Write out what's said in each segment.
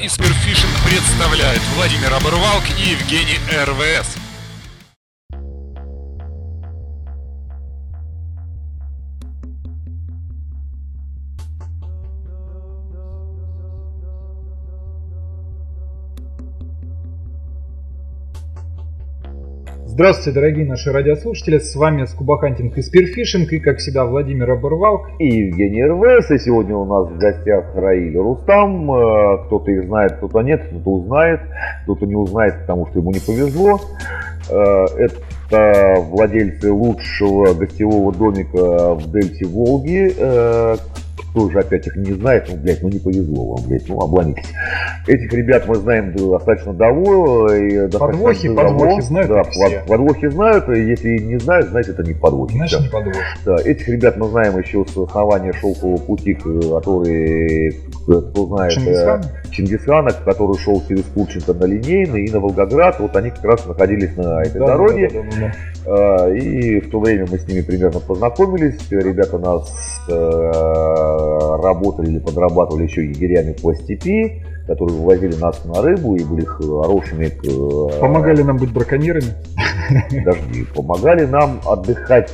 и Spearfishing представляют Владимир Оборвалк и Евгений РВС. Здравствуйте, дорогие наши радиослушатели, с вами Scuba Hunting и Spearfishing, и, как всегда, Владимир Оборвалк и Евгений РВС, и сегодня у нас в гостях Раиль и Рустам. Кто-то их знает, кто-то нет, кто-то узнает, кто-то не узнает, потому что ему не повезло. Это владельцы лучшего гостевого домика в дельте Волги. Кто же опять их не знает, не повезло вам, обломитесь. Этих ребят мы знаем достаточно давно. Подвохи знают, да, все. Подвохи знают, и если не знают, значит это не подвохи. Значит, не подвохи. Да, этих ребят мы знаем еще с основания шелкового пути, который, кто знает, Чингисхана, который шел через Курченко на Линейный и на Волгоград. Вот они как раз находились на этой дороге. Да. И в то время мы с ними примерно познакомились. Ребята нас работали или подрабатывали еще егерями по степи, которые вывозили нас на рыбу и были хорошими. Помогали нам быть браконьерами. Подожди, помогали нам отдыхать.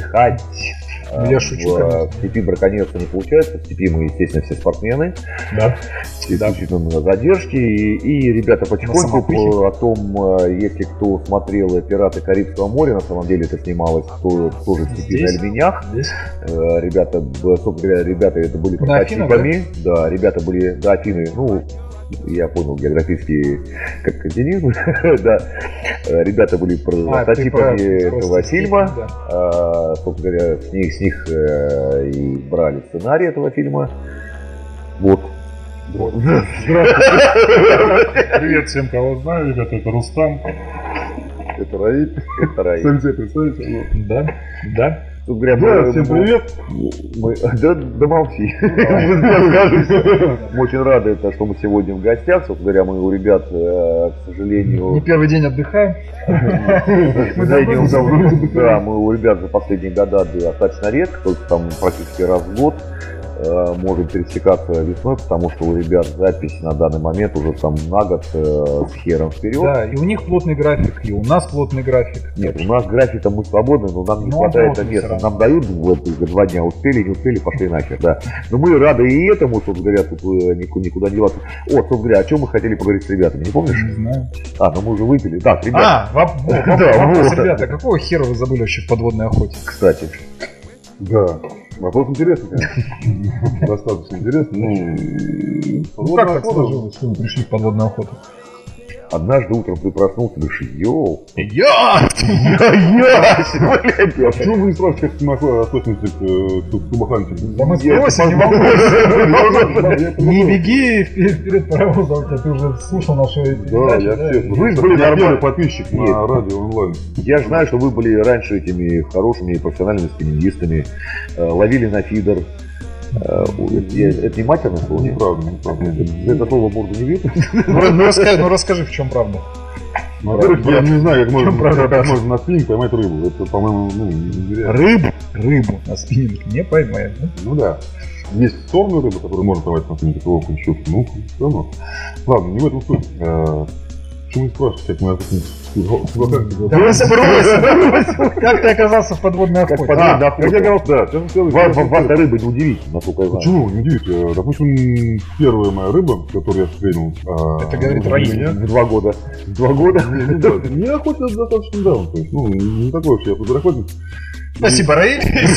Я шучу, в степи браконьерства не получается. В степи мы, естественно, все спортсмены. Да. Исключительно на задержке. И ребята потихоньку о том, если кто смотрел «Пираты Карибского моря», на самом деле это снималось тоже в степи на Альбинях. Ребята это были прототипами. Да, ребята были до Афины, я понял, географический как континент. Да. Ребята были прототипами этого фильма. Да. Собственно говоря, с них и брали сценарий этого фильма. Вот. Здравствуйте. Привет всем, кого знаю. Ребята, это Рустам. Это Раиль. Сами себе представите. Да. Всем привет. Да молчи. Мы очень рады, что мы сегодня в гостях. Собственно говоря, мы у ребят, к сожалению... Не первый день отдыхаем. Да, мы у ребят за последние года достаточно редко, только там практически раз в год можем пересекаться весной, потому что у ребят запись на данный момент уже там на год с хером вперед. Да, и у них плотный график, и у нас плотный график. Нет, у нас график мы свободны, но нам не хватает места. Нам дают вот 2 дня, успели, не успели, пошли нахер, да. Но мы рады и этому, собственно говоря, тут никуда не деваться. Собственно говоря, о чем мы хотели поговорить с ребятами, не помнишь? Не знаю. Мы уже выпили. Так, ребята. Вопрос, ребята, какого хера вы забыли вообще в подводной охоте? Кстати. Да. Вопрос интересный, конечно. Достаточно интересный. Как так сложилось, что вы пришли в подводную охоту? Однажды утром ты проснулся и говоришь, Почему вы не спрашиваете, как мы относимся к Scuba-Hunting? Да мы спросим, не волнуйся. Не беги вперед паровоза, ты уже слушал нашу передачу. Да, я все. Вы были первый подписчик на радио онлайн. Я знаю, что вы были раньше этими хорошими профессиональными спиннингистами, ловили на фидер. Это не матерное слово? Неправда. Это слово морду не видно? Расскажи, в чем правда. Во-первых, я не знаю, как можно на спиннинг поймать рыбу. Это, по-моему, нереально. Рыбу на спиннинг не поймаем. Да. Есть сорную рыбу, которую можно поймать на спиннинг, такого щуки. Все равно. Ладно, не в этом суть. Почему не спрашиваешь, как мы Как ты оказался в подводной охоте? Ваша рыба не удивительно, насколько я знаю. Почему не удивительно? Допустим, первая моя рыба, которую я встретил... Это говорит Раиль. В 2 года. В 2 года? Я охотился достаточно недавно. То есть, не такой уж я суперохотник. Спасибо, Раиль.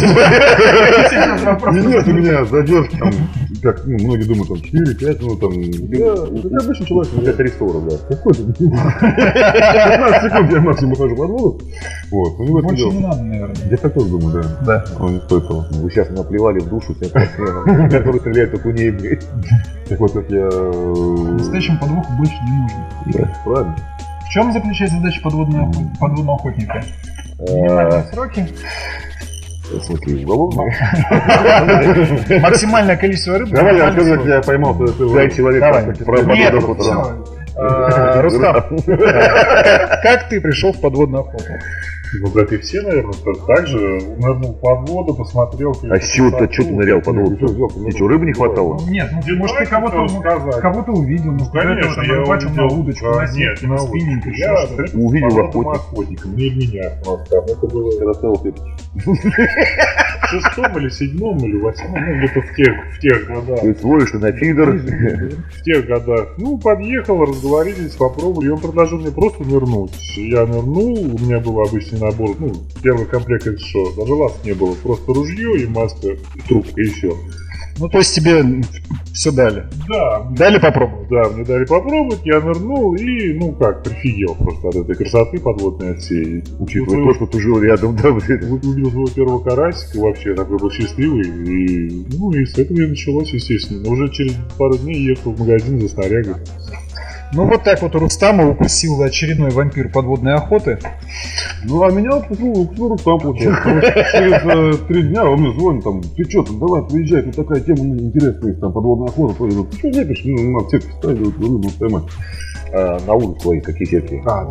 Нет, у меня задержки, как многие думают, 4-5, я обычный человек. Это 340, да. Какой-то. 15 секунд я максимум ухожу под воду. Больше не надо, наверное. Я так тоже думаю, да. Не стоит того. Вы сейчас наплевали в душу всем спортсменам, которые стреляют как у ней. Так вот, как я... Настоящему подвоху больше не нужно. Да, правильно. В чем заключается задача подводного охотника? Минимальные сроки. В смысле, уголовные? Максимальное количество рыбы. Давай я расскажу, как я поймал. Дай человек Нет, все. Рустам, как ты пришел в подводную охоту? Ну, как и все, наверное, так же нырнул под воду, посмотрел. А с чего-то что ты нырял под воду? Ничего, рыбы не хватало? Нет, ну может ты кого-то увидел, может конечно, я рыбачил на удочку, на сетку, на спиннинг, еще что-то. Увидел охотника. Не меня просто. Это было в 6-м или 7-м или 8-м, ну где-то в тех годах. То есть ловишь ты на фидер? В тех годах. Ну, подъехал, разговорились, попробовали, и он предложил мне просто нырнуть. Я нырнул, у меня был обычный набор, ну, первый комплект это что, даже ласки не было, просто ружье и маска, и трубка, и все. Ну, то есть тебе все дали? Да. Дали попробовать? Да, мне дали попробовать, я нырнул и, ну как, прифигел просто от этой красоты подводной от всей. Учитывая то, что ты жил рядом, да, увидел своего первого карасика, вообще такой был счастливый, и, ну, и с этого и началось, естественно. Но уже через пару дней ехал в магазин за снарягой. Ну вот так вот Рустама укусил очередной вампир подводной охоты. Ну а меня укусил Рустам, получается. Через 3 дня он мне звонит, там, ты что, там, давай приезжай, тут такая тема интересная, там подводная охота. Ты что не пишешь? Ну, надо сетки ставить, рыбу поймать. На улицу ловить, какие сетки? Да.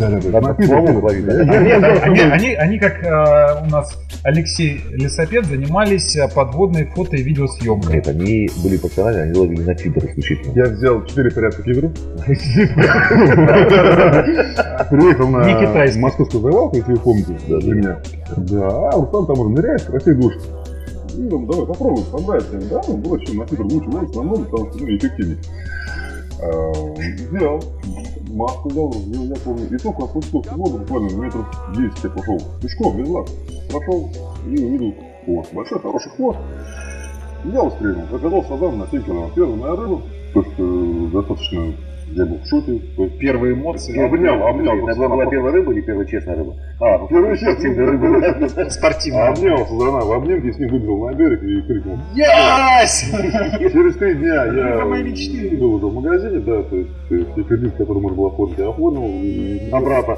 Они, как у нас Алексей Лесопед, занимались подводной фото- и видеосъемкой. Нет, они были профессиональны, они ловили на фидер исключительно. Я взял 4 порядка фидеров. Приехал на московскую завалку, если вы помните, для меня. Да, а Рустам там уже ныряет, красивый душ. Ну, давай попробуем, понравится. Да, ну, было что, на фидер лучше ловить намного, потому что эффективнее. Взял, маску взял, я помню, и только опустился в воду, буквально метров 10 я пошел пешком, без лак. Прошел и увидел хвост, большой, хороший хвост. Взял и стрельнул, заказал сазан на 7 килограмм. Первая моя рыба, то есть достаточно, я был в шоке. Первые эмоции. Обнял. Это была первая рыба или первая честная рыба? Ну первая честная рыба. Спортивная. Обнял сазана в обнимке, с ним выбежал на берег и крикнул. Ясь! Через 3 дня я был уже в магазине, да, то есть все кредиты, которые можно было оформить, я оформил на брата.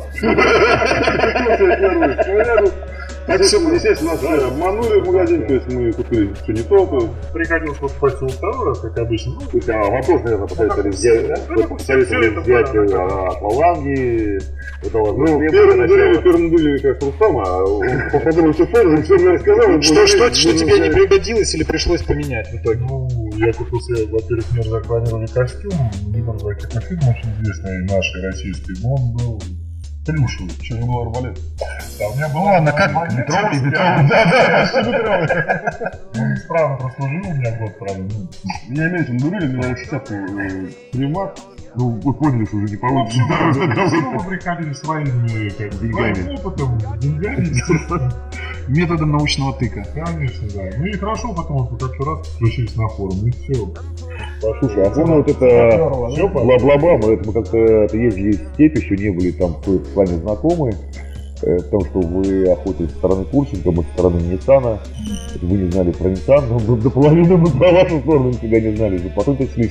Естественно, нас обманули в магазине, то есть мы купили все не то. Приходилось покупать его второй раз, как обычно. Вопрос, наверное, посоветовали взять акваланги. Ну, первым были как Рустама, а потом все позже, все мне рассказал. Что тебе не пригодилось или пришлось поменять в итоге? Ну, я купил себе, во-первых, нержавеный костюм, Нидербай, такой фильм очень известный, нашей, российский, но он был плюшевый. Еще не был арбалет. Да, у меня был ладно, как метровый. Да, почти метровый. Он исправно прослужил у меня год, правда. Меня меньше надурили, меня сейчас примат. Ну, вы поняли, что уже не получится. Мы приходили своими опытом, деньгами. Методом научного тыка. Конечно, да. Ну и хорошо, потому что как-то раз включились на форум, и все. Слушай, а помню вот это бла-бла-бла, мы как-то ездили в степь, еще не были там с вами знакомы, потому что вы охотились со стороны Курченко, мы со стороны Ниссана, вы не знали про Ниссан, но до половины мы про вашу сторону никогда не знали, но потом пришлись.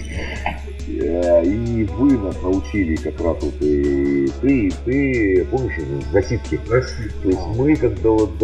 И вы нас научили как раз вот и ты помнишь, засидки? То есть мы когда вот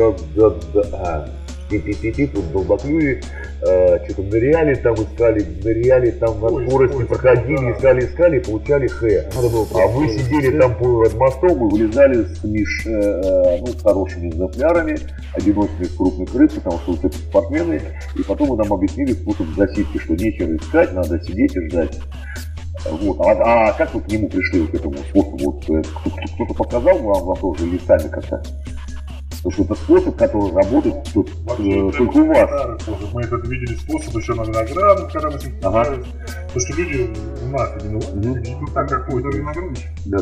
тут долбоклюи, что-то ныряли там, искали, там на скорости проходили, искали, получали А вы сидели там под мостом и вылезали с хорошими экземплярами, одиночными крупных рыб, потому что вот это спортсмены, и потом вы нам объяснили способ засидки, что нечего искать, надо сидеть и ждать. Вот. А как вы к нему пришли, вот к этому способу? Вот, кто-то показал вам тоже или сами как-то? Потому что это способ, который работает только у вас. Мы этот видели способ еще на виноградах, когда мы с ним старались. Потому что люди у нас именно так какой-то виноградник. Да,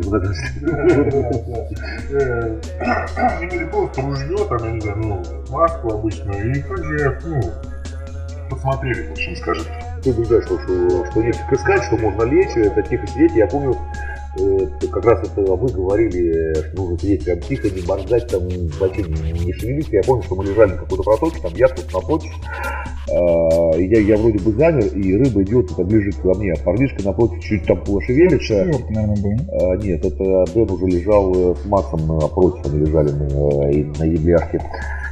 Имели просто ружье, там, я не знаю, маску обычную, и также, посмотрели, в общем, скажем. Ты говоришь, что есть искать, что можно лечь, это тихо сидеть. Я помню, как раз это вы говорили, что нужно сидеть прям тихо, не борзать, там вообще не шевелиться. Я помню, что мы лежали на какой-то протоке, там я тут напротив, я вроде бы замер, и рыба идет, это ближе ко мне, а парнишка напротив чуть там пошевелится. Наверное, был. Нет, это Дэн уже лежал с Максом напротив, они лежали на еблярке.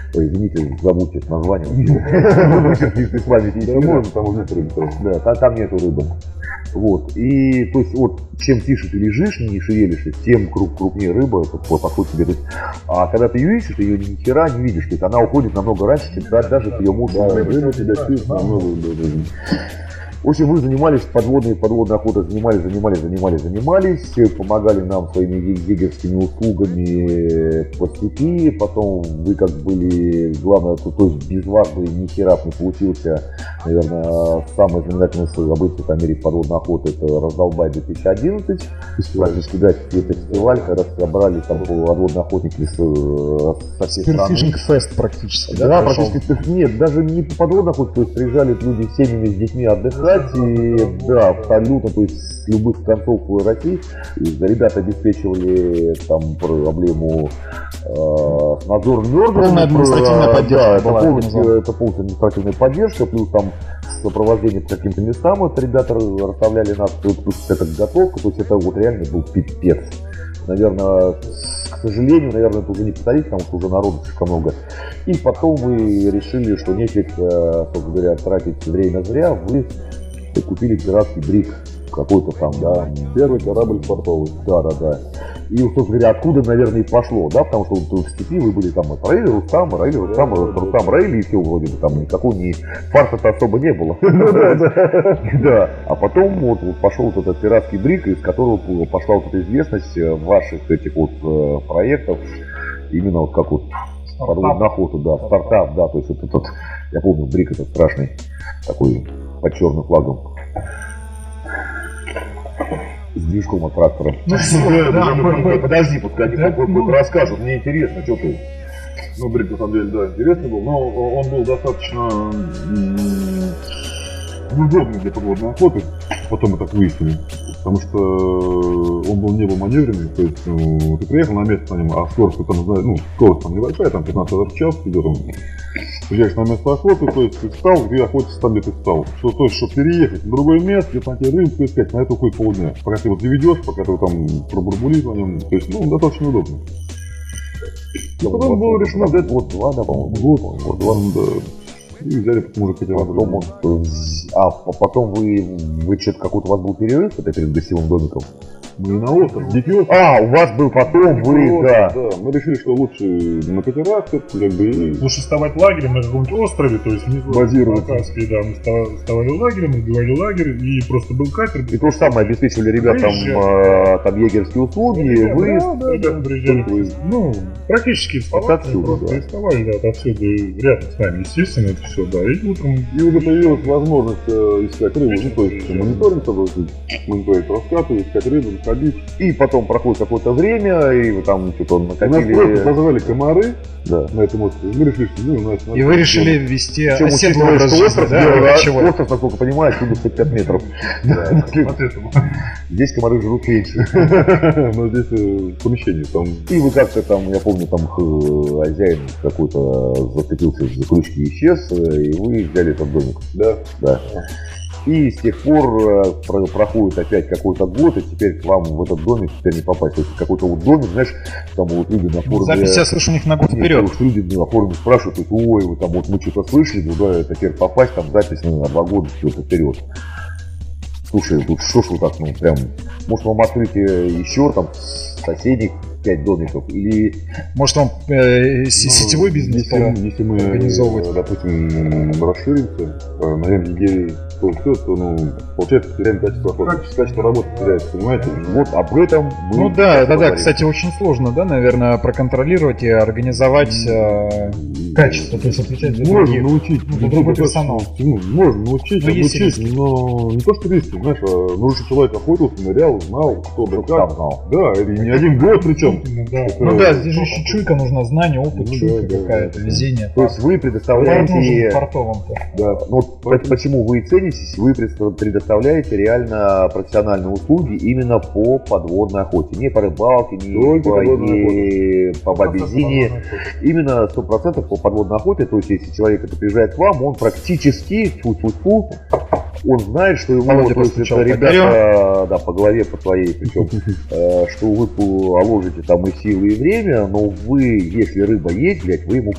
Ой, извините, забудьте название. Вычеркните с памяти. Да можно, там уже нет рыбы. Да, там нету рыбы. Вот. И то есть вот чем тише ты лежишь, не шевелишься, тем крупнее рыба подходит тебе. А когда ты ее ищешь, ты ее ни хера не видишь. То есть она уходит намного раньше, чем даже ты ее можешь. Рыба тебя чувствует намного. В общем, вы занимались подводной охотой, занимались, помогали нам своими егерскими услугами по степи, потом вы как были, главное, то есть без вас бы ни хера не получился, наверное, самое знаменательное событие в мире подводной охоты, это Раздолбай 2011, практически, да, это фестиваль, когда собрали там подводные охотники со всей страны. Spearfishing Fest практически, да, практически, нет, даже не по подводной охоте, то есть приезжали люди с семьями, с детьми отдыхать, и да, абсолютно, то есть с любых концов России ребята обеспечивали там проблему с надзором мертвых. Полная административная поддержка была. Это полная административная поддержка, плюс там сопровождение по каким-то местам, это ребята расставляли нас, плюс это готовка, то есть это вот реально был пипец. Наверное, к сожалению, наверное, это уже не повторить, потому что уже народу слишком много. И потом вы решили, что нефиг, собственно говоря, тратить время зря, вы купили пиратский брик какой-то там, да. Первый корабль портовый. Да. И, собственно говоря, откуда, наверное, и пошло, да, потому что вот в степи вы были там Раили, Рустам, Раили, и все вроде бы там никакого ни фарта-то особо не было. Да. А потом вот пошел вот этот пиратский брик, из которого пошла вот эта известность ваших этих вот проектов, именно вот как вот подводную охоту, да, стартап, да, то есть вот этот, я помню, брик этот страшный, такой под черным флагом. С движком от трактора. Подожди, пускай они расскажут, мне интересно, что ты. Ну, брик на самом деле, да, интересный был, но он был достаточно неудобный для подводной охоты, потом мы так выяснили, потому что он был небоманевренный, то есть ты приехал на место на нем, а скорость там, скорость там небольшая, там 15 км в час идет, приезжаешь на место охоты, то есть ты встал, где охотишься там, где ты встал. То есть, чтобы переехать на другое место, где-то найти рыбку искать, на это уходит полдня. Пока ты вот заведешь, пока ты там пробурбулишь на нем, то есть, достаточно удобно. И потом было решено взять вот два, да, по-моему. Вот два, да. И взяли, потому что хотел потом вы что-то какой-то у вас был перерыв, это перед гостевым домиком? Мы на остров, дикий остров. У вас был потом, да. Мы решили, что лучше на катерах, как бы... Лучше вставать лагерем на каком-нибудь острове, то есть внизу базироваться. Да, мы вставали лагерем, разбивали лагерь, и просто был катер. И то же самое обеспечивали ребятам там егерские услуги, ребята приезжали, практически вставали, да, отовсюду, рядом с нами, естественно, это все, да, и утром... И уже появилась возможность искать рыбу, то есть мониторинг раскаты, искать рыбу, ходить. И потом проходит какое-то время, и вы там что-то накатили. Нас просто позвали комары, да, на этом острове. Мы решили, что и вы решили ввести оседлый образ жизни, да? Остров, насколько понимаю, отсюда 150 метров. Здесь комары живут меньше. Но здесь помещение там. И вы как-то там, я помню, там хозяин какой-то зацепился за крючки и исчез, и вы взяли этот домик. Да. И с тех пор проходит опять какой-то год, и теперь к вам в этот домик теперь не попасть. То есть какой-то вот домик, знаешь, там вот люди на форуме... Запись, я слышу, у них на год вперед. Нет, люди на форуме спрашивают, ой, вы там вот мы что-то слышали, да, теперь попасть, там запись на 2 года вперед. Слушай, тут что ж вы так, прям, может вам открыть еще там соседних 5 домиков, или... Может вам сетевой бизнес если мы, организовывать? Допустим, расширимся, наверное, идеи, то все, то, получается, теряем качество работы теряется, понимаете? Вот об этом мы... да, кстати, очень сложно, да, наверное, проконтролировать и организовать качество, то есть отвечать за можно научить, другой персонал. Можно научить, обучить, но не то, что риски, знаешь, нужно, чтобы человек охотился, нырял, знал, кто да как. Да, и не один год причем. Здесь же еще чуйка нужна, знание, опыт, чуйка какая-то, везение. То есть вы предоставляете... Да. Почему вы ценитесь? Вы предоставляете реально профессиональные услуги именно по подводной охоте. Не по рыбалке, не по бабезине. Именно 100% по подводной охоте. То есть если человек это приезжает к вам, он практически он знает, что ему ребята по голове по своей, причем, что вы положите там и силы, и время, но вы, если рыба есть, блядь, вы ему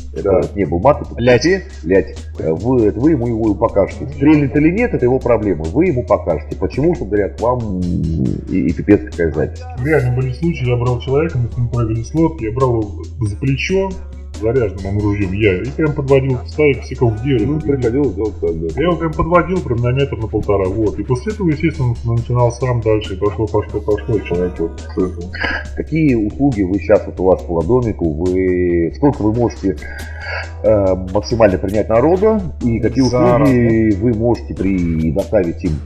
Это не был мат, это лять. Вы ему его покажете. Стрельнет или нет, это его проблема. Вы ему покажете. Почему, что говорят, к вам и пипец какая запись. Реально были случаи, я брал человека, мы с ним прыгали с лодки, я брал его за плечо, заряженным ружьем я, и прям подводил в стаик, всекал в дерево. Ну, приходилось делать так, да. Я его прям подводил прям на метр, на полтора, вот. И после этого, естественно, начинал сам дальше, и пошло, и человек вот. Какие услуги вы сейчас вот у вас по домику, сколько вы можете максимально принять народа, и какие услуги вы можете предоставить им?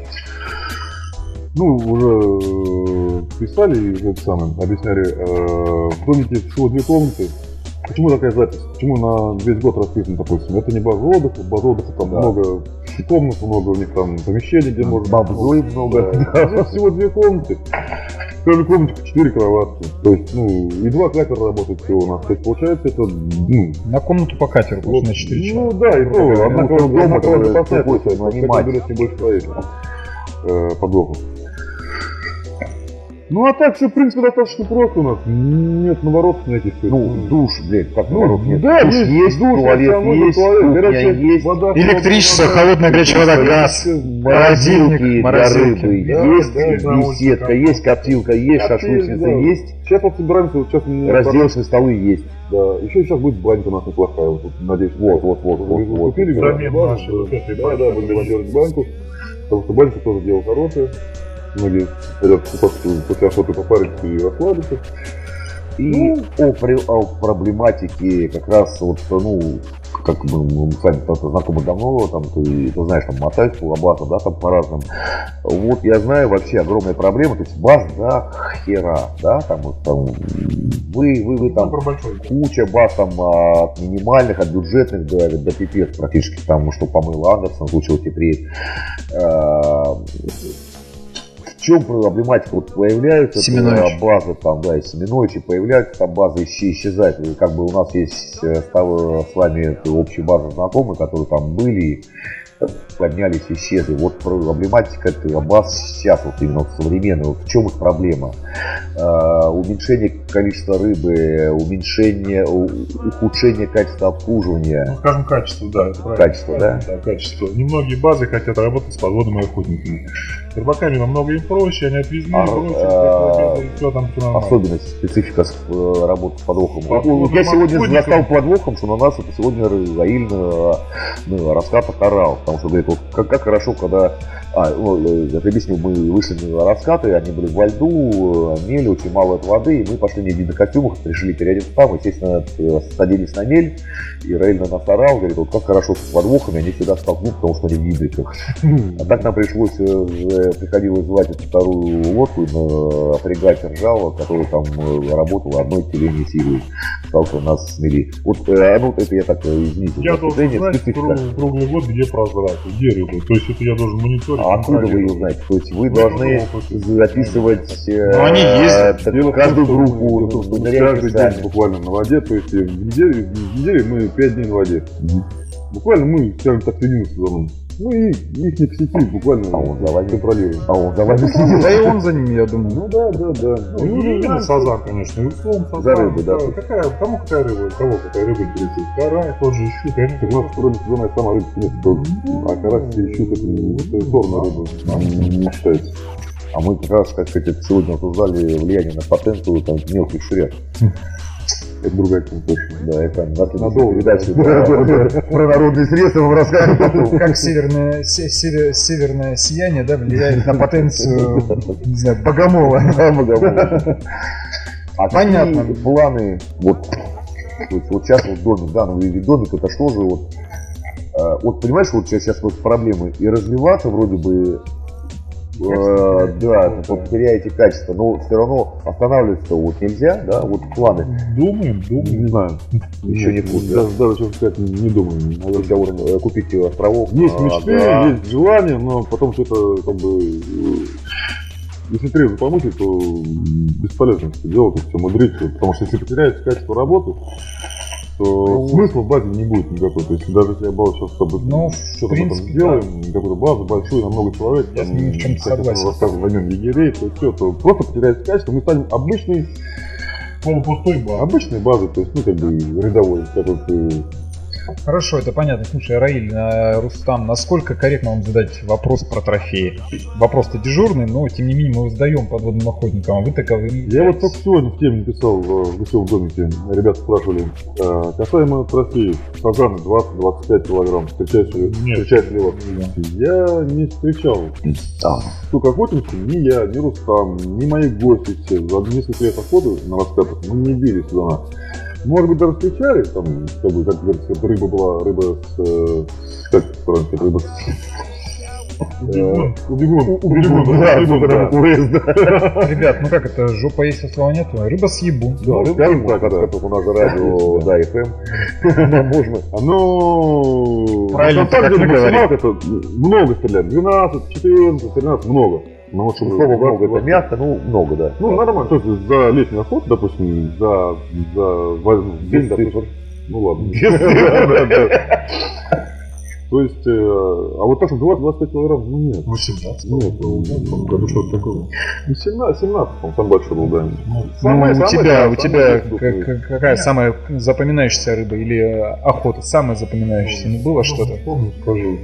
Ну, уже писали и это самое, объясняли. В домике всего 2 комнаты. Почему такая запись? Почему на весь год расписан, допустим? Это не база отдыха, там много комнат, много у них там помещений, где можно... Бабзой много. Да, здесь всего 2 комнаты. В каждой комнате 4 кроватки. То есть, и 2 катера работают всего у нас. То есть, получается, это, На комнату по катеру, вот, на 4 человека. Ну да, и то, одна комната поставляется, нанимать. Берет не больше человек подвохов. Ну а так все, в принципе, достаточно просто у нас. Нет наворотов никаких. Душ, как наворот нет. Да, душ есть, душ, туалет есть, кухня есть, вода, Электричество, холодная горячая вода, газ, морозилки для рыбы Да, есть, да, беседка есть, коптилка есть, шашлычница да. есть. Сейчас вот собираемся, вот сейчас разделочные столы есть. Да, еще сейчас будет банька у нас неплохая, вот, надеюсь. Вот. Купили, да, будем делать баньку, потому что банька тоже дело хорошее. Многие хотят после охоты попариться и расслабиться. И о проблематике как раз вот, как мы с вами знакомы давно, там, ты знаешь, там, мотать, лобата, да, там, по-разному. Вот я знаю вообще огромная проблема, то есть баз до хера, да, там, вот, там, вы там, куча баз там от минимальных, от бюджетных до пипец практически, там, что Памела Андерсон, случилось теперь. В чем проблематика? Вот появляются базы, там, да, и Семеновичи, появляются там базы, исчезают. И как бы у нас есть с вами общие базы знакомые, которые там были, поднялись, исчезли. Вот проблематика этого баз сейчас, вот именно современная, вот в чем их проблема? Уменьшение количества рыбы, ухудшение качества обслуживания. Ну, скажем, качество, да, это правильно. Качество, да? Да, качество. Немногие базы хотят работать с подводными охотниками. С рыбаками намного им проще, они отвезли, все там все нормально. Особенность, специфика работы с подвохом. Я сегодня застал подвохом, что на нас это сегодня Раиль раскатов орал. Потому что говорит, вот как хорошо, когда... я объяснил, мы вышли на раскаты, они были во льду, мели, очень мало от воды, и мы пошли не в видокостюмах, решили переодеться там, естественно, садились на мель, и Раиль на нас орал, говорит, вот как хорошо с подвохами, они всегда столкнут, потому что они в гидриках. А так нам приходилось звать эту вторую лодку на фрегате Ржава, который там работал одной теление Сирии, сказал, что нас смели. Вот, это я так, извините, я должен знать круглый год, где прозрак, где рыба, то есть это я должен мониторить. А откуда вы ее знаете? То есть вы должны записывать они ездят, каждую группу, каждый день буквально на воде, то есть в неделю мы 5 дней на воде. Буквально мы, скажем так, следим за мной. И их не в сети буквально контролируем. за вами следит. Да и он за ними, я думаю. Ну да. Именно сазан, конечно. За рыбы, да. Кому какая рыба? Кого какая рыба интересует? Карась, тот же щук. У нас вроде сезона сама рыба нет. А карась и щук это сорная рыба. Не считается. А мы как раз, как сказать, сегодня обсуждали влияние на патенту там, мелких шурят. Это другая тема точно. Да, это на передаче про народные средства мы расскажем. Как северное сияние, да, влияет на потенцию, не знаю, богомола. А понятно. Планы, вот сейчас вот домик, да, домик, это что же вот понимаешь, вот сейчас вот проблемы и развиваться вроде бы. Вот теряете качество, но все равно останавливаться вот нельзя, да, вот планы. Думаем. Не знаю. Еще не вкус, даже честно сказать, не думаю. Наверное, купить островов. Есть мечты, есть желание, но потом что-то как бы... Если трезво помыслить, то бесполезно это делать, все мудрить, потому что если потеряется качество работы, то смысла в базе не будет никакой. То есть даже если я базу сейчас с тобой что-то там сделаем, какую-то базу большую на много человек, я с ними в чем-то согласен. Рассказываем, возьмем егерей, то все, то просто потеряется качество, мы станем обычной полупустой баз. Обычные базы, то есть, ну, как бы, рядовой, который ты... Хорошо, это понятно. Слушай, Раиль, Рустам, насколько корректно вам задать вопрос про трофеи? Вопрос-то дежурный, но тем не менее мы его задаем подводным охотникам, а вы таковыми. Я вот только сегодня в теме написал в гостевом домике, ребята спрашивали, касаемо трофеев, сазаны 20-25 килограмм, встречаешь ли вас? Я не встречал. Только охотимся, ни я, ни Рустам, ни мои гости все. За несколько лет охоты на раскатах мы не били сюда. Может быть, даже встречали, там, как бы, как говорится, рыба была, рыба с... Как правильно, рыба с... Убегун, да. Ребят, ну как это, жопа есть, а слова нету? Рыба с ебун. Да, рыба, как у нас же радио, да, FM. Можно. Оно... Правильно, как мы говорим. Это много стреляют, 12, 14, 13, много. Ну, вот, чтобы слово много, это мягко, ну, много, да. Ну, нормально, то есть за летний охоту, допустим, за день, допустим, ну ладно. То есть, а вот так, что 20-25 килограмм, ну нет. 18? Нет, в году что-то такое. 17, по-моему, самый большой был, да. У тебя какая самая запоминающаяся рыба или охота? Самая запоминающаяся? Не было что-то? Помню, скажу.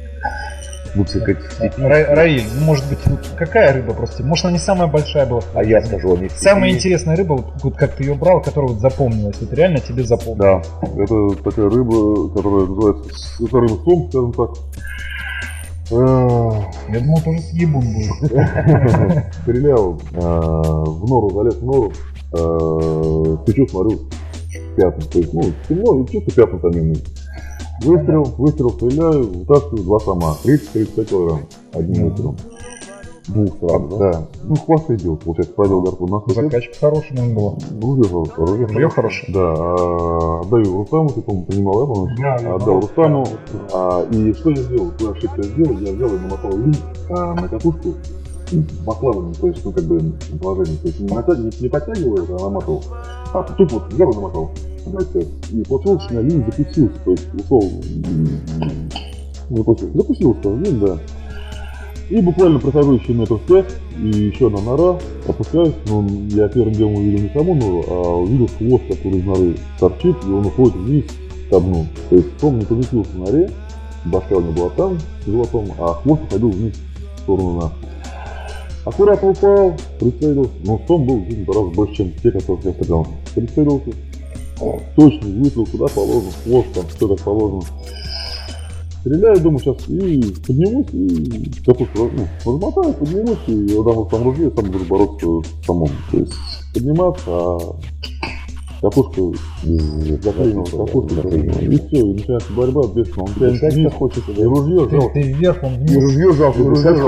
Раиль, ну, может быть, вот какая рыба просто? Может, она не самая большая была? А я скажу, они... Самая интересная рыба, вот как ты ее брал, которая вот запомнилась, вот реально тебе запомнилась. Да, это такая рыба, которая называется, это рыба сом, скажем так. Я думал, тоже съебун был. Стрелял в нору, залез в нору, стучу, смотрю, пятна, то есть, ну, темно, и чисто пятна томимые. Выстрел, стреляю, вытаскиваю 2 сома, 30-35 килограмм, одним выстрелом. Двух сразу, да? Ну, хвост идет, получается, провел гарпун на хвост. Закачка хорошая, наверное, была. Ружье хорошее. Да, отдаю Рустаму, ты, по-моему, принимал, я помню? Отдал Рустаму. И что я сделал? Какую ошибку я сделал? Я взял и намотал линь на катушку маславами, то есть, ну, как бы, положение. То есть, не подтягивал, а наматывал. А тут вот взял и намотал. И получилось, что линь запустился, то есть ушел, запустился линь, да. И буквально прохожу еще метров 5, и еще одна нора, опускаюсь, но я первым делом увидел не саму нору, а увидел хвост, который из норы торчит, и он уходит вниз к дну. То есть Том не поместился в норе, башка у него была там, с животом, а хвост уходил вниз в сторону нас. Аккуратно упал, прицелился, но Том был в 10 раз больше, чем те, которых я стрелял. Прицелился. Точно выстрел куда положено, хвост там, все как положено. Стреляю, думаю, сейчас и поднимусь, и капусту размотаю, поднимусь, и отдам сам ружье, и сам буду бороться с самом. То есть подниматься, а капушку заклинил, и все, и начинается борьба, бешено. Он тянет вниз, хочется, и ружье жалко. Ты вверх, он вниз. И ружье жалко,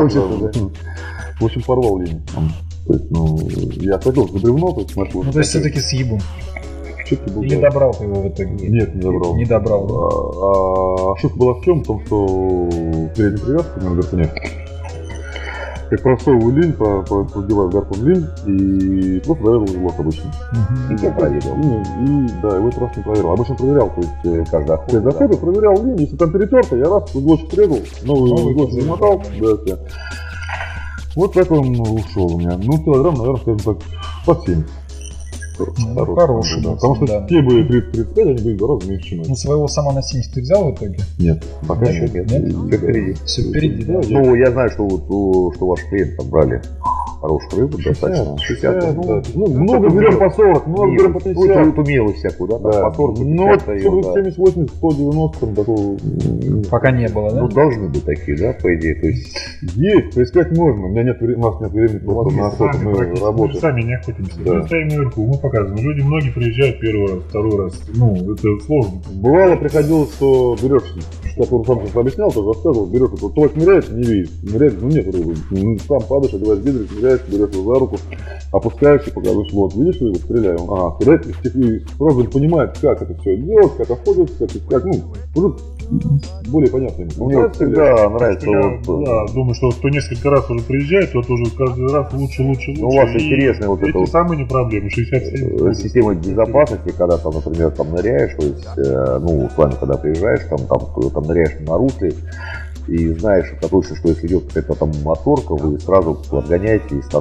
в общем, порвал линию. То есть, ну, я хотел за бревно, то есть, ну, то есть все-таки съебун. Был, или добрал ты его в итоге? Нет, не добрал. Не добрал, да? Ошибка была в чем? В том, что передняя привязка на гарпуне. Как просовываю линь, продеваю гарпун линь и просто проверил узлок обычно. И я проверил. Да, его раз не проверил. Обычно проверял, то есть каждый охота проверял линь, если там перетерто, я раз узлочек срезал, новый узлочек замотал, да, вот так он ушел у меня. Ну, килограмм, наверное, скажем так, под 7. Хороший, да. Потому что те были 30-35, они были в 2 раза меньше, чем это. Ну, своего сама на 70 ты взял в итоге? Нет, пока еще нет. Все впереди. Все впереди, да? Ну, я знаю, что ваши клиенты брали хорошую рыбу, достаточно. 60, ну, много берем по 40, много берем по 50. Тут умело всякую, да? По 40, ну, вот 70, 80, 190, там такого... Пока не было, да? Ну, должны быть такие, да, по идее, то есть... Есть, поискать можно, у нас нет времени просто на охоту, мы работаем. Мы сами не охотимся, мы стоим наверху, мы показываем. Люди, многие приезжают первый раз, второй раз, ну, это сложно. Бывало, приходилось, что берешь, как он сам сейчас объяснял, тоже рассказывал, берешь, вот толк ныряешь, не видишь, ныряешь, ну нет рыбы, сам падаешь, одеваешь гидрик, ныряешь, берешь его за руку, опускаешься, показываешь, вот, видишь рыбу, стреляй, он, стреляет, и сразу понимает, как это все делать, как охотиться, как, ну, уже более понятно. Мне всегда нравится, вот, да, думаю, что кто несколько раз уже приезжает, тот уже каждый раз лучше. Ну, у вас интересная вот эта вот самые не проблемы, 67. Система безопасности, когда там, например, там ныряешь, то есть, ну, с вами, когда приезжаешь, там ныряешь на русле, и знаешь точно, что если идет какая-то там моторка, вы сразу отгоняете и становитесь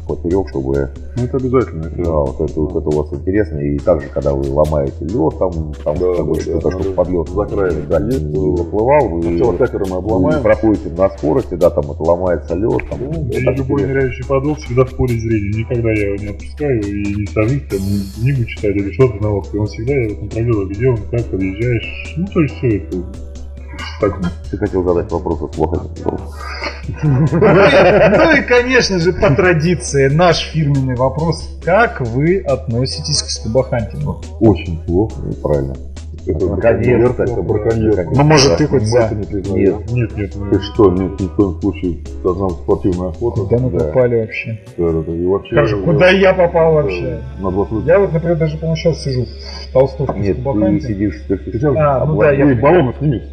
поперек, чтобы... Ну, это обязательно. Да, вот это у вас интересно. И также, когда вы ломаете лед, там что-то, чтобы под лед не заплывал, вы катером обломаем. проходите на скорости, да, там это ломается лед. Там, И любой ныряющий подвох всегда в поле зрения. Никогда я его не отпускаю и не сажусь, там, книгу читать или что-то на лодке. Он всегда я контролирую, где он, как подъезжаешь. Ну, то есть все это. Так. Ты хотел задать вопрос, плохо. Ну и, конечно же, по традиции, наш фирменный вопрос. Как вы относитесь к скубахантингу? Очень плохо. Правильно. Это Браконьерство. это браконьерство. Ну, может, ты хоть Мы за? это не признаем. Нет. Ты что, нет, ни в коем случае должна быть спортивная охота. Куда мы Да. попали вообще? И вообще, Как же, куда я попал вообще? Надо вас Я вот, например, даже, по-моему, сейчас сижу в толстовке Нет, с ты скубахантингом. сидишь Сейчас Ну да, я... баллоны снимите.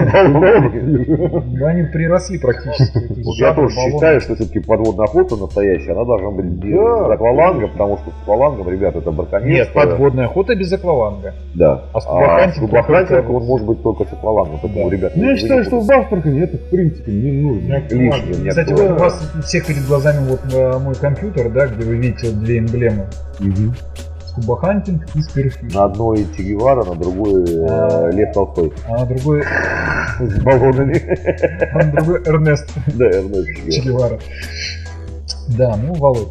Да, они приросли практически. То есть Вот я жабры, тоже баллоны. считаю, что все-таки подводная охота настоящая, она должна быть без акваланга, потому что с аквалангом, ребята, это браконьерство. Нет, подводная охота без акваланга. Да. А скубахантинг скубахантинг, он может быть только с аквалангом. Поэтому, ребята, Ну, я вы считаю, не что в Астрахани это, в принципе, не нужно. лишнее. Кстати, Нет, вот у вас у всех перед глазами вот мой компьютер, да, где вы видите вот две эмблемы. Скубахантинг и спирфиш. на одной Че Гевара, на другой Лев Толстой. А на другой, С баллонами. а на другой Эрнест Да, Эрнест Че Че Гевара. Гевара. Да, ну, Володь.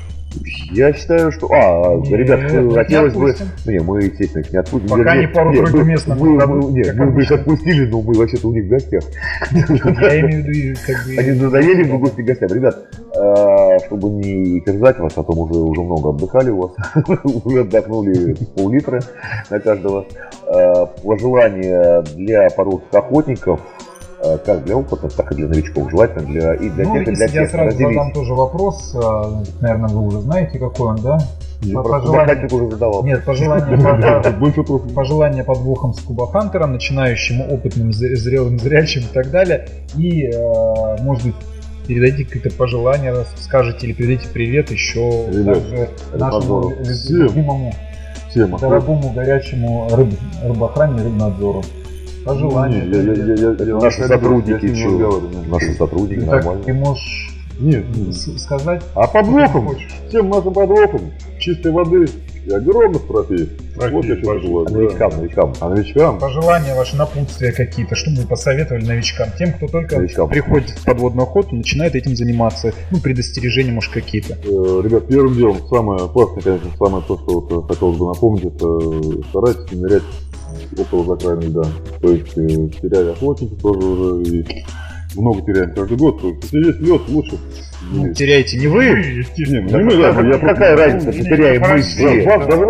Я считаю, что... ребят, Нет, хотелось бы... отпустим. Не, мы, естественно, их не отпустим. Пока не пару-тройку мест нам мы дадут, их как обычно. отпустили, но мы вообще-то у них в гостях. Я имею в виду, как бы... Они надоели в гости гостям. Ребят, чтобы не терзать вас, а то мы уже много отдыхали у вас, уже отдохнули пол-литра на каждого. Пожелания для подводных охотников, как для опытных, так и для новичков, желательно для тех, и для если я тех. сразу Разделить. задам тоже вопрос, наверное, вы уже знаете, какой он, да? Захатник уже задавал. Нет, пожелание подвохам скубахантерам, начинающим, опытным, зрелым, зрячим и так далее. И, может быть, передайте какие-то пожелания, скажете или передайте привет еще также нашему любимому, Всем дорогому, горячему рыбоохране, рыбнадзору. Пожелания. Наши сотрудники, наши сотрудники, Так, нормально. ты можешь Нет, сказать? а что ты подвохом, хочешь? всем нашим подвохам, чистой воды и огромных трофеев. Вот я что желаю. Новичкам. А новичкам? Пожелания ваши, напутствия какие-то, что бы вы посоветовали новичкам, тем, кто только приходит в подводную охоту, начинает этим заниматься, предостережения, может, какие-то. Ребят, первым делом, самое опасное, конечно, самое то, что вот хотелось бы напомнить, это старайтесь не нырять около закрайных льда. То есть теряли охотники тоже уже и много теряем каждый год. То есть, если есть лед, лучше. Теряете не вы, Какая разница, что теряем мы все?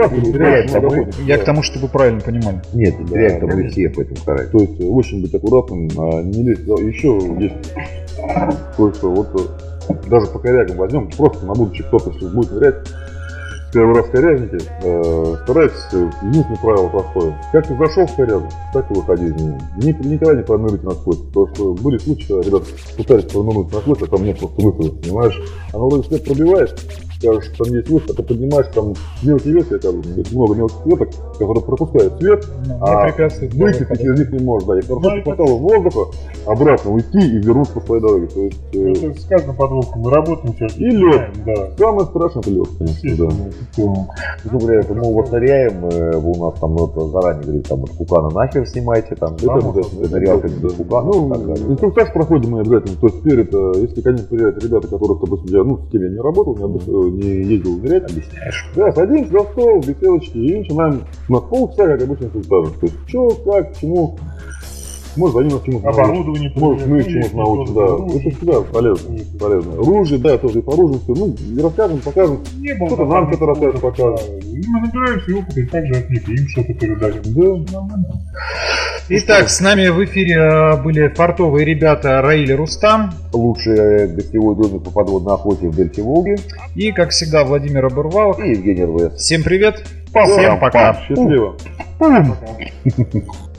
я к тому, чтобы вы правильно понимали. Нет, теряем-то мы все, поэтому старайтесь. То есть очень быть аккуратным, не лезть. Еще есть кое-что, вот даже по корягам возьмем, просто на будущее кто-то сейчас будет нырять. Первый раз коряжники, старайтесь, единственное правило простое. Как ты зашел в корягу, так и выходи из нее. Никогда не пронырите насквозь. Потому что были случаи, когда ребята пытались пронырнуть насквозь, а там нет просто выхода, понимаешь? Оно вроде свет пробивает, скажешь, что там есть выход, а ты поднимаешь там мелкие ветки, оказывается, много мелких веток, которые пропускают свет, а выйти ты через них не можешь, да. И хорошо, что хватало воздуха, обратно уйти и вернуться по своей дороге. То есть, С каждым подвохом мы работаем сейчас. И лед. Да. Самое страшное это лед, конечно, да. Например, мы у вас ныряем, вы у нас там заранее говорите, там от Кукана нахер снимайте, там, нырялка без Кукана. Инструктаж проходим мы обязательно. То есть перед, если, конечно, приезжают ребята, которые, допустим, я, с кем я не работал, не ездил нырять, объясняешь. Да, садимся за стол, беседочки и начинаем на полчаса, как обычно, инструктаж. То есть, что, как, чему. Может, они нас чему-то оборудование, может, мы чему-то научим, да. Это всегда полезно. Ружье, да, тоже и по оружию все. Не расскажем, покажем. Кто-то нам что-то расскажет, покажет. Мы набираемся опыт и также от них, и им что-то передадим. Да, нормально. Итак, с нами в эфире были фартовые ребята Раиль и Рустам. Лучший гостевой домик по подводной охоте в Дельте Волги. И, как всегда, Владимир Оборвалов. И Евгений РВС. Всем привет. Всем пока. Счастливо. Пока.